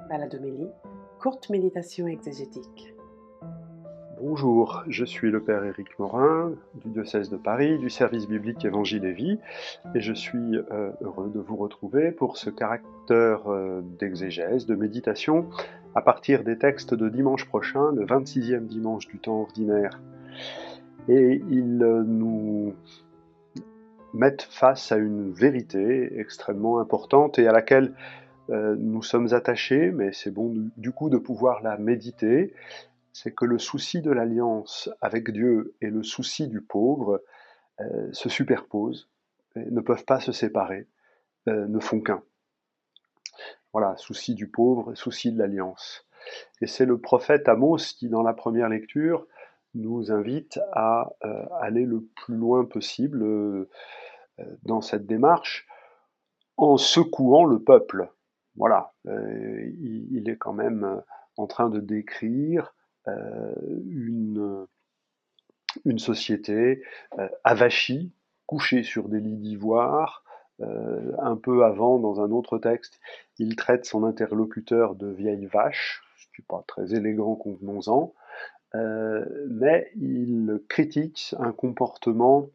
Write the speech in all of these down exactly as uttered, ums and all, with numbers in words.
Baladomélie, courte méditation exégétique. Bonjour, je suis le Père Éric Morin, du diocèse de Paris, du service biblique Évangile et Vie, et je suis euh, heureux de vous retrouver pour ce caractère euh, d'exégèse, de méditation, à partir des textes de dimanche prochain, le vingt-sixième dimanche du temps ordinaire. Et ils euh, nous mettent face à une vérité extrêmement importante et à laquelle euh, nous sommes attachés, mais c'est bon du, du coup de pouvoir la méditer. C'est que le souci de l'alliance avec Dieu et le souci du pauvre euh, se superposent, ne peuvent pas se séparer, euh, ne font qu'un. Voilà, souci du pauvre, souci de l'alliance. Et c'est le prophète Amos qui, dans la première lecture, nous invite à euh, aller le plus loin possible euh, dans cette démarche, en secouant le peuple. Voilà, euh, il, il est quand même en train de décrire euh, une une société euh, avachie, couchée sur des lits d'ivoire. Euh, un peu avant, dans un autre texte, il traite son interlocuteur de vieille vache, ce qui n'est pas très élégant, convenons-en, euh, mais il critique un comportement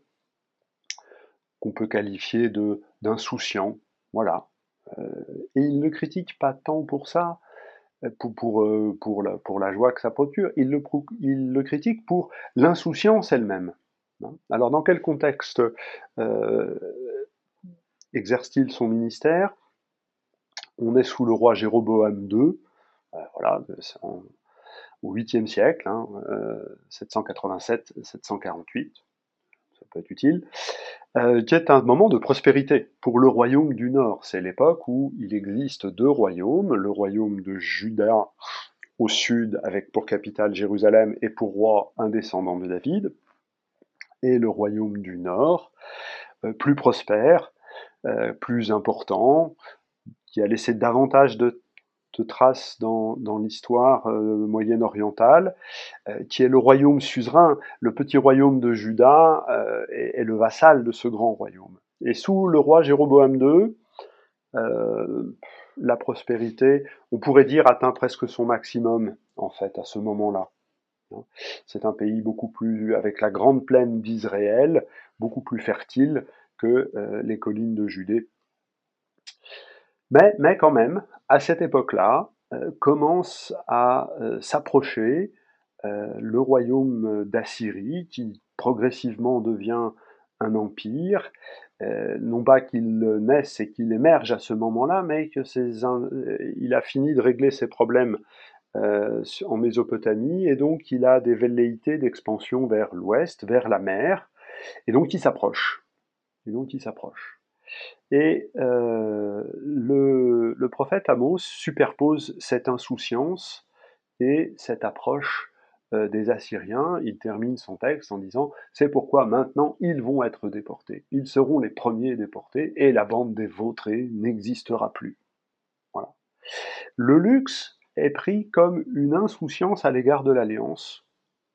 qu'on peut qualifier de d'insouciant, voilà. Euh, et il ne critique pas tant pour ça, pour, pour, euh, pour, la, pour la joie que ça procure, il le, il le critique pour l'insouciance elle-même. Alors dans quel contexte euh, exerce-t-il son ministère? On est sous le roi Jéroboam deux, euh, voilà, en, au huitième siècle, hein, euh, sept cent quatre-vingt-sept à sept cent quarante-huit, ça peut être utile, euh, qui est un moment de prospérité pour le royaume du Nord. C'est l'époque où il existe deux royaumes, le royaume de Juda au sud, avec pour capitale Jérusalem et pour roi un descendant de David, et le royaume du nord, euh, plus prospère, euh, plus important, qui a laissé davantage de, de traces dans, dans l'histoire euh, moyenne-orientale, euh, qui est le royaume suzerain. Le petit royaume de Juda euh, est, est le vassal de ce grand royaume. Et sous le roi Jéroboam deux, euh, la prospérité, on pourrait dire, atteint presque son maximum, en fait, à ce moment-là. C'est un pays beaucoup plus, avec la grande plaine d'Israël, beaucoup plus fertile que euh, les collines de Judée. Mais, mais quand même, à cette époque-là, euh, commence à euh, s'approcher euh, le royaume d'Assyrie, qui progressivement devient un empire, euh, non pas qu'il naisse et qu'il émerge à ce moment-là, mais que c'est un, il a fini de régler ses problèmes euh, en Mésopotamie, et donc il a des velléités d'expansion vers l'ouest, vers la mer, et donc il s'approche. Et donc il s'approche. Et euh, le, le prophète Amos superpose cette insouciance et cette approche euh, des Assyriens. Il termine son texte en disant « C'est pourquoi maintenant ils vont être déportés. Ils seront les premiers déportés et la bande des vautrés n'existera plus. » Voilà. Le luxe est pris comme une insouciance à l'égard de l'alliance.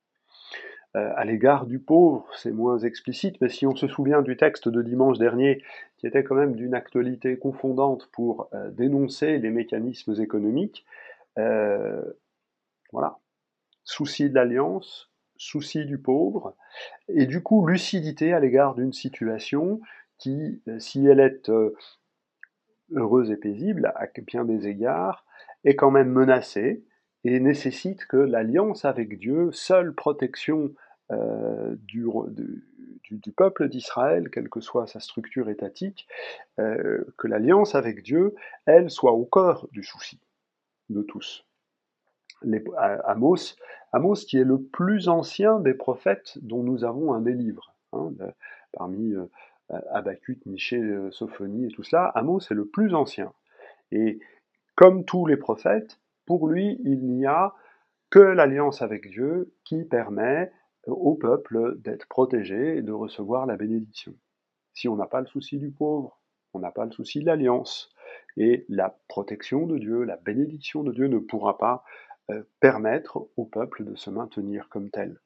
Euh, à l'égard du pauvre, c'est moins explicite, mais si on se souvient du texte de dimanche dernier, qui était quand même d'une actualité confondante pour euh, dénoncer les mécanismes économiques, euh, voilà, souci de l'alliance, souci du pauvre, et du coup lucidité à l'égard d'une situation qui, si elle est euh, heureuse et paisible à bien des égards, est quand même menacée et nécessite que l'alliance avec Dieu, seule protection euh, du, du, du, peuple d'Israël, quelle que soit sa structure étatique, euh, que l'alliance avec Dieu, elle, soit au cœur du souci de tous. Les, Amos, Amos, qui est le plus ancien des prophètes dont nous avons un des livres, hein, de, parmi euh, Habakkuk, Michée, Sophonie et tout cela, Amos est le plus ancien. Et comme tous les prophètes, pour lui, il n'y a que l'alliance avec Dieu qui permet au peuple d'être protégé et de recevoir la bénédiction. Si on n'a pas le souci du pauvre, on n'a pas le souci de l'alliance. Et la protection de Dieu, la bénédiction de Dieu ne pourra pas euh, permettre au peuple de se maintenir comme tel.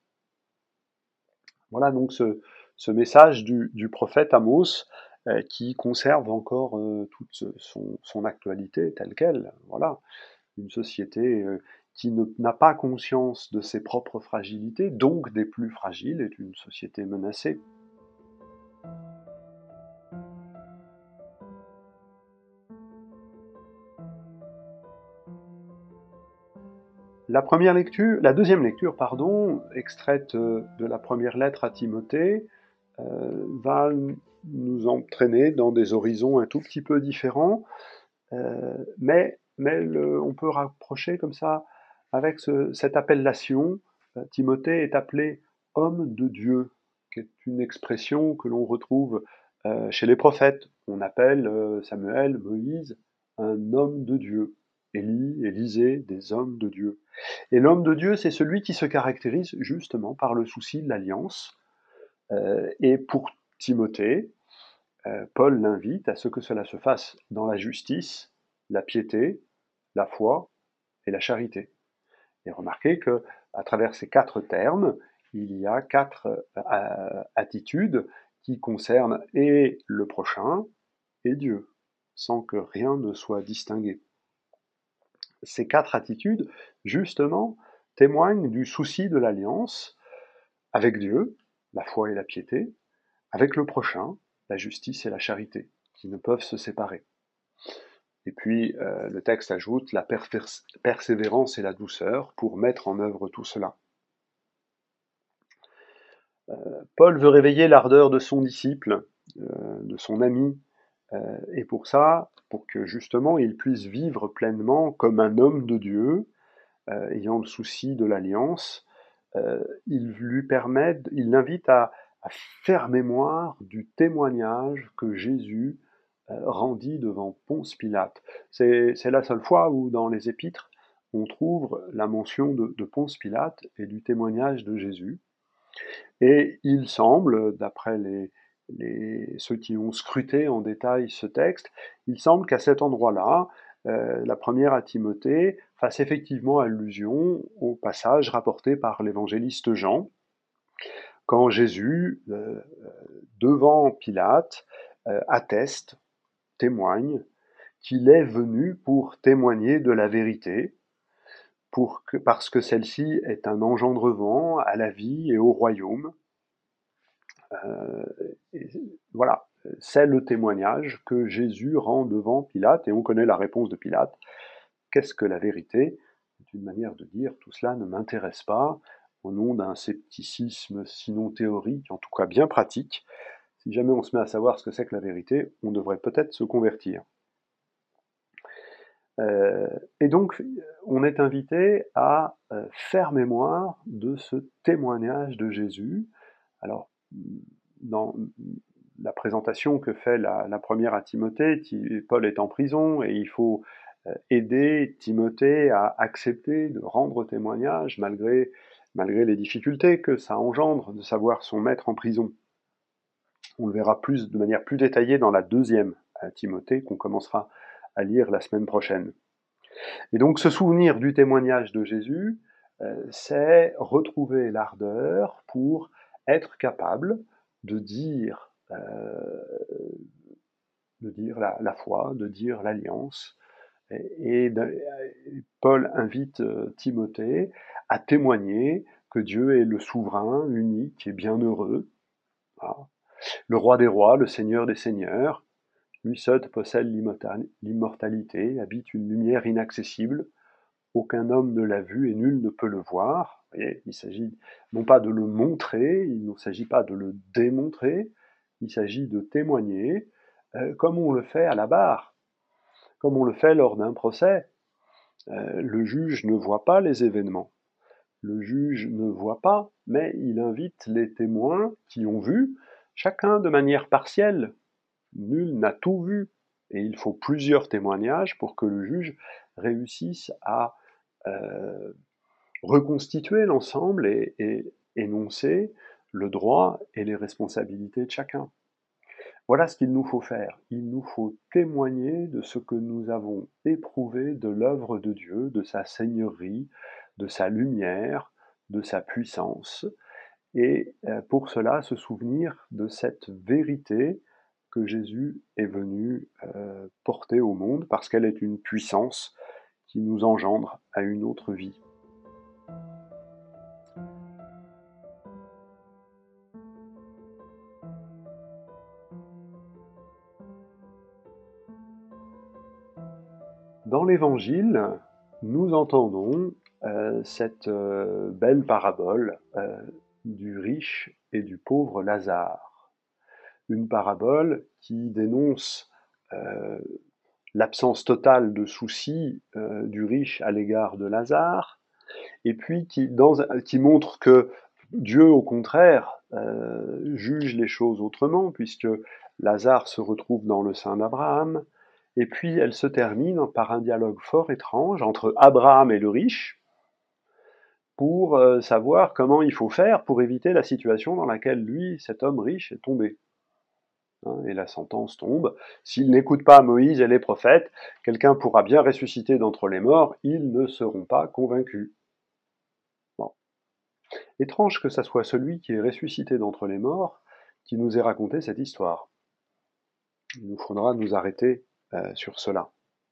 Voilà donc ce, ce message du, du prophète Amos euh, qui conserve encore euh, toute son, son actualité telle qu'elle. Voilà. une société euh, qui ne- n'a pas conscience de ses propres fragilités, donc des plus fragiles, est une société menacée. La première lecture, la deuxième lecture, pardon, extraite euh, de la première lettre à Timothée, euh, va nous entraîner dans des horizons un tout petit peu différents, euh, mais, mais le, on peut rapprocher comme ça avec ce, cette appellation. euh, Timothée est appelé homme de Dieu, qui est une expression que l'on retrouve euh, chez les prophètes. On appelle euh, Samuel, Moïse, un homme de Dieu. Élie, Élisée, des hommes de Dieu. Et l'homme de Dieu, c'est celui qui se caractérise justement par le souci de l'alliance. Euh, et pour Timothée, euh, Paul l'invite à ce que cela se fasse dans la justice, la piété, la foi et la charité. Et remarquez que à travers ces quatre termes, il y a quatre euh, attitudes qui concernent et le prochain et Dieu, sans que rien ne soit distingué. Ces quatre attitudes, justement, témoignent du souci de l'alliance avec Dieu, la foi et la piété, avec le prochain, la justice et la charité, qui ne peuvent se séparer. Et puis, euh, le texte ajoute la persévérance et la douceur pour mettre en œuvre tout cela. Euh, Paul veut réveiller l'ardeur de son disciple, euh, de son ami, euh, et pour ça, pour que justement il puisse vivre pleinement comme un homme de Dieu, euh, ayant le souci de l'alliance, euh, il lui permet, il l'invite à, à faire mémoire du témoignage que Jésus euh, rendit devant Ponce Pilate. C'est, c'est la seule fois où dans les épîtres on trouve la mention de, de Ponce Pilate et du témoignage de Jésus. Et il semble, d'après les, les, ceux qui ont scruté en détail ce texte, il semble qu'à cet endroit-là, euh, la première à Timothée fasse effectivement allusion au passage rapporté par l'évangéliste Jean, quand Jésus, euh, devant Pilate, euh, atteste, témoigne, qu'il est venu pour témoigner de la vérité, pour que, parce que celle-ci est un engendrement à la vie et au royaume. Euh, et voilà, c'est le témoignage que Jésus rend devant Pilate, et on connaît la réponse de Pilate. Qu'est-ce que la vérité? C'est une manière de dire, tout cela ne m'intéresse pas, au nom d'un scepticisme sinon théorique, en tout cas bien pratique. Si jamais on se met à savoir ce que c'est que la vérité, on devrait peut-être se convertir. Euh, et donc, on est invité à euh, faire mémoire de ce témoignage de Jésus. Alors, dans la présentation que fait la, la première à Timothée, Paul est en prison et il faut euh, aider Timothée à accepter de rendre témoignage malgré, malgré les difficultés que ça engendre de savoir son maître en prison. On le verra plus, de manière plus détaillée dans la deuxième à Timothée qu'on commencera à lire la semaine prochaine. Et donc se souvenir du témoignage de Jésus, euh, c'est retrouver l'ardeur pour être capable de dire, euh, de dire la, la foi, de dire l'alliance. Et, et, et Paul invite euh, Timothée à témoigner que Dieu est le souverain, unique et bienheureux, voilà. Le roi des rois, le seigneur des seigneurs. Lui seul possède l'immortalité, habite une lumière inaccessible. Aucun homme ne l'a vu et nul ne peut le voir. Vous voyez, il s'agit non pas de le montrer, il ne s'agit pas de le démontrer, il s'agit de témoigner, euh, comme on le fait à la barre, comme on le fait lors d'un procès. Euh, le juge ne voit pas les événements, le juge ne voit pas, mais il invite les témoins qui ont vu, chacun de manière partielle. Nul n'a tout vu, et il faut plusieurs témoignages pour que le juge réussisse à euh, reconstituer l'ensemble et, et énoncer le droit et les responsabilités de chacun. Voilà ce qu'il nous faut faire. Il nous faut témoigner de ce que nous avons éprouvé de l'œuvre de Dieu, de sa seigneurie, de sa lumière, de sa puissance, et pour cela se souvenir de cette vérité que Jésus est venu euh, porter au monde, parce qu'elle est une puissance qui nous engendre à une autre vie. Dans l'Évangile, nous entendons euh, cette euh, belle parabole euh, du riche et du pauvre Lazare. Une parabole qui dénonce euh, l'absence totale de soucis euh, du riche à l'égard de Lazare, et puis qui, dans, qui montre que Dieu, au contraire, euh, juge les choses autrement, puisque Lazare se retrouve dans le sein d'Abraham, et puis elle se termine par un dialogue fort étrange entre Abraham et le riche, pour euh, savoir comment il faut faire pour éviter la situation dans laquelle lui, cet homme riche, est tombé. Hein, et la sentence tombe. S'ils n'écoutent pas Moïse et les prophètes, quelqu'un pourra bien ressusciter d'entre les morts, ils ne seront pas convaincus. Bon. Étrange que ça soit celui qui est ressuscité d'entre les morts qui nous ait raconté cette histoire. Il nous faudra nous arrêter euh, sur cela.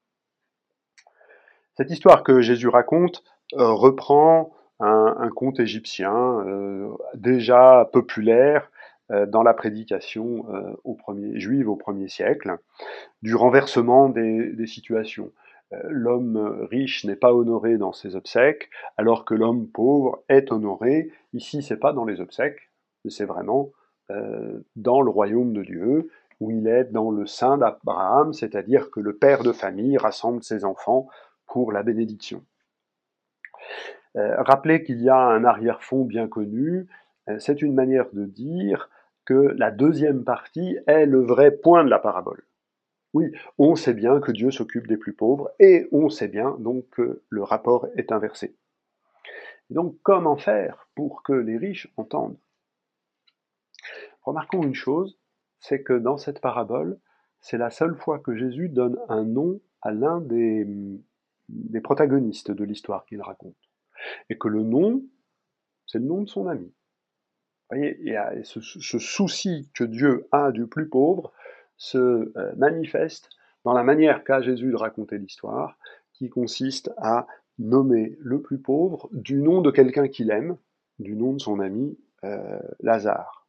Cette histoire que Jésus raconte euh, reprend un, un conte égyptien euh, déjà populaire euh, dans la prédication euh, au premier, juive au premier siècle, du renversement des, des situations. Euh, l'homme riche n'est pas honoré dans ses obsèques, alors que l'homme pauvre est honoré. Ici, c'est pas dans les obsèques, c'est vraiment euh, dans le royaume de Dieu, où il est dans le sein d'Abraham, c'est-à-dire que le père de famille rassemble ses enfants pour la bénédiction. Euh, rappelez qu'il y a un arrière-fond bien connu, euh, c'est une manière de dire que la deuxième partie est le vrai point de la parabole. Oui, on sait bien que Dieu s'occupe des plus pauvres, et on sait bien donc que le rapport est inversé. Et donc, comment faire pour que les riches entendent? Remarquons une chose, c'est que dans cette parabole, c'est la seule fois que Jésus donne un nom à l'un des, des protagonistes de l'histoire qu'il raconte. Et que le nom, c'est le nom de son ami. Vous voyez, il y a ce, ce souci que Dieu a du plus pauvre se euh, manifeste dans la manière qu'a Jésus de raconter l'histoire, qui consiste à nommer le plus pauvre du nom de quelqu'un qu'il aime, du nom de son ami euh, Lazare.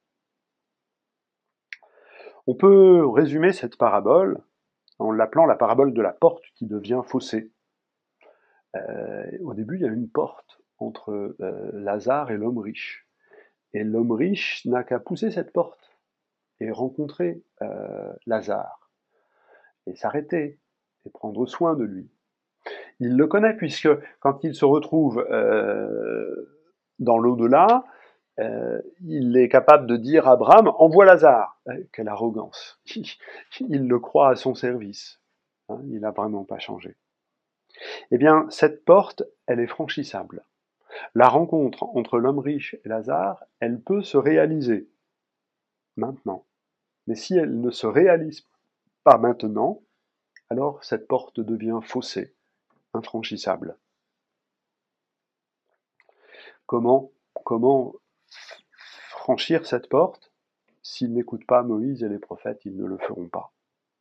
On peut résumer cette parabole en l'appelant la parabole de la porte qui devient fossé. Euh, au début, il y a une porte entre euh, Lazare et l'homme riche. Et l'homme riche n'a qu'à pousser cette porte et rencontrer euh, Lazare, et s'arrêter, et prendre soin de lui. Il le connaît puisque quand il se retrouve euh, dans l'au-delà, euh, il est capable de dire à Abraham, envoie Lazare. Eh, quelle arrogance. Il le croit à son service. Hein, il n'a vraiment pas changé. Eh bien, cette porte, elle est franchissable. La rencontre entre l'homme riche et Lazare, elle peut se réaliser maintenant. Mais si elle ne se réalise pas maintenant, alors cette porte devient faussée, infranchissable. Comment, comment franchir cette porte? S'ils n'écoutent pas Moïse et les prophètes, ils ne le feront pas.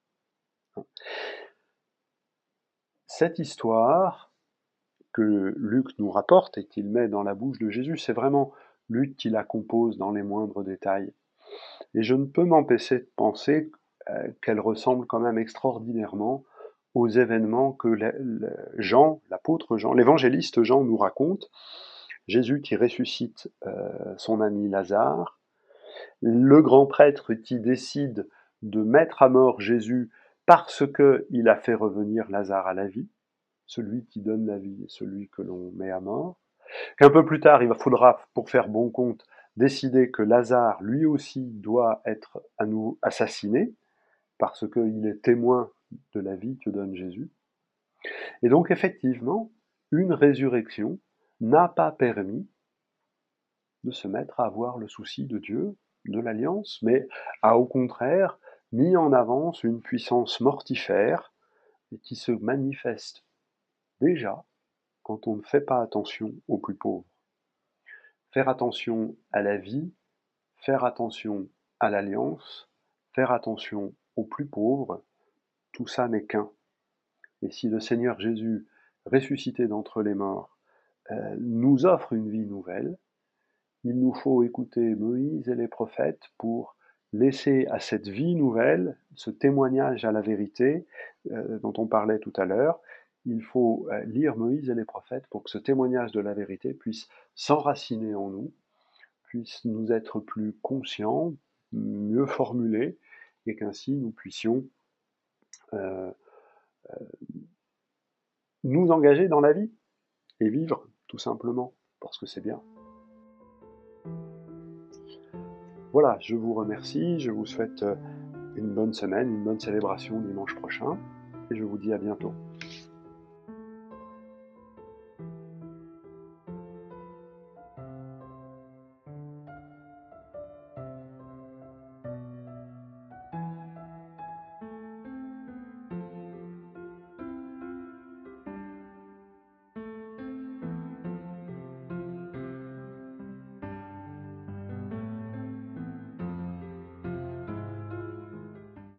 Cette histoire que Luc nous rapporte et qu'il met dans la bouche de Jésus, c'est vraiment Luc qui la compose dans les moindres détails. Et je ne peux m'empêcher de penser euh, qu'elle ressemble quand même extraordinairement aux événements que le, le Jean, l'apôtre Jean, l'évangéliste Jean nous raconte. Jésus qui ressuscite euh, son ami Lazare, le grand prêtre qui décide de mettre à mort Jésus parce qu'il a fait revenir Lazare à la vie, celui qui donne la vie et celui que l'on met à mort, qu'un peu plus tard il faudra, pour faire bon compte, décider que Lazare, lui aussi, doit être à nouveau assassiné, parce qu'il est témoin de la vie que donne Jésus. Et donc, effectivement, une résurrection n'a pas permis de se mettre à avoir le souci de Dieu, de l'alliance, mais a au contraire mis en avance une puissance mortifère qui se manifeste déjà quand on ne fait pas attention aux plus pauvres. Faire attention à la vie, faire attention à l'alliance, faire attention aux plus pauvres, tout ça n'est qu'un. Et si le Seigneur Jésus ressuscité d'entre les morts, euh, nous offre une vie nouvelle. Il nous faut écouter Moïse et les prophètes pour laisser à cette vie nouvelle, ce témoignage à la vérité euh, dont on parlait tout à l'heure. Il faut euh, lire Moïse et les prophètes pour que ce témoignage de la vérité puisse s'enraciner en nous, puisse nous être plus conscients, mieux formulés, et qu'ainsi nous puissions euh, nous engager dans la vie et vivre, tout simplement, parce que c'est bien. Voilà, je vous remercie, je vous souhaite une bonne semaine, une bonne célébration dimanche prochain, et je vous dis à bientôt.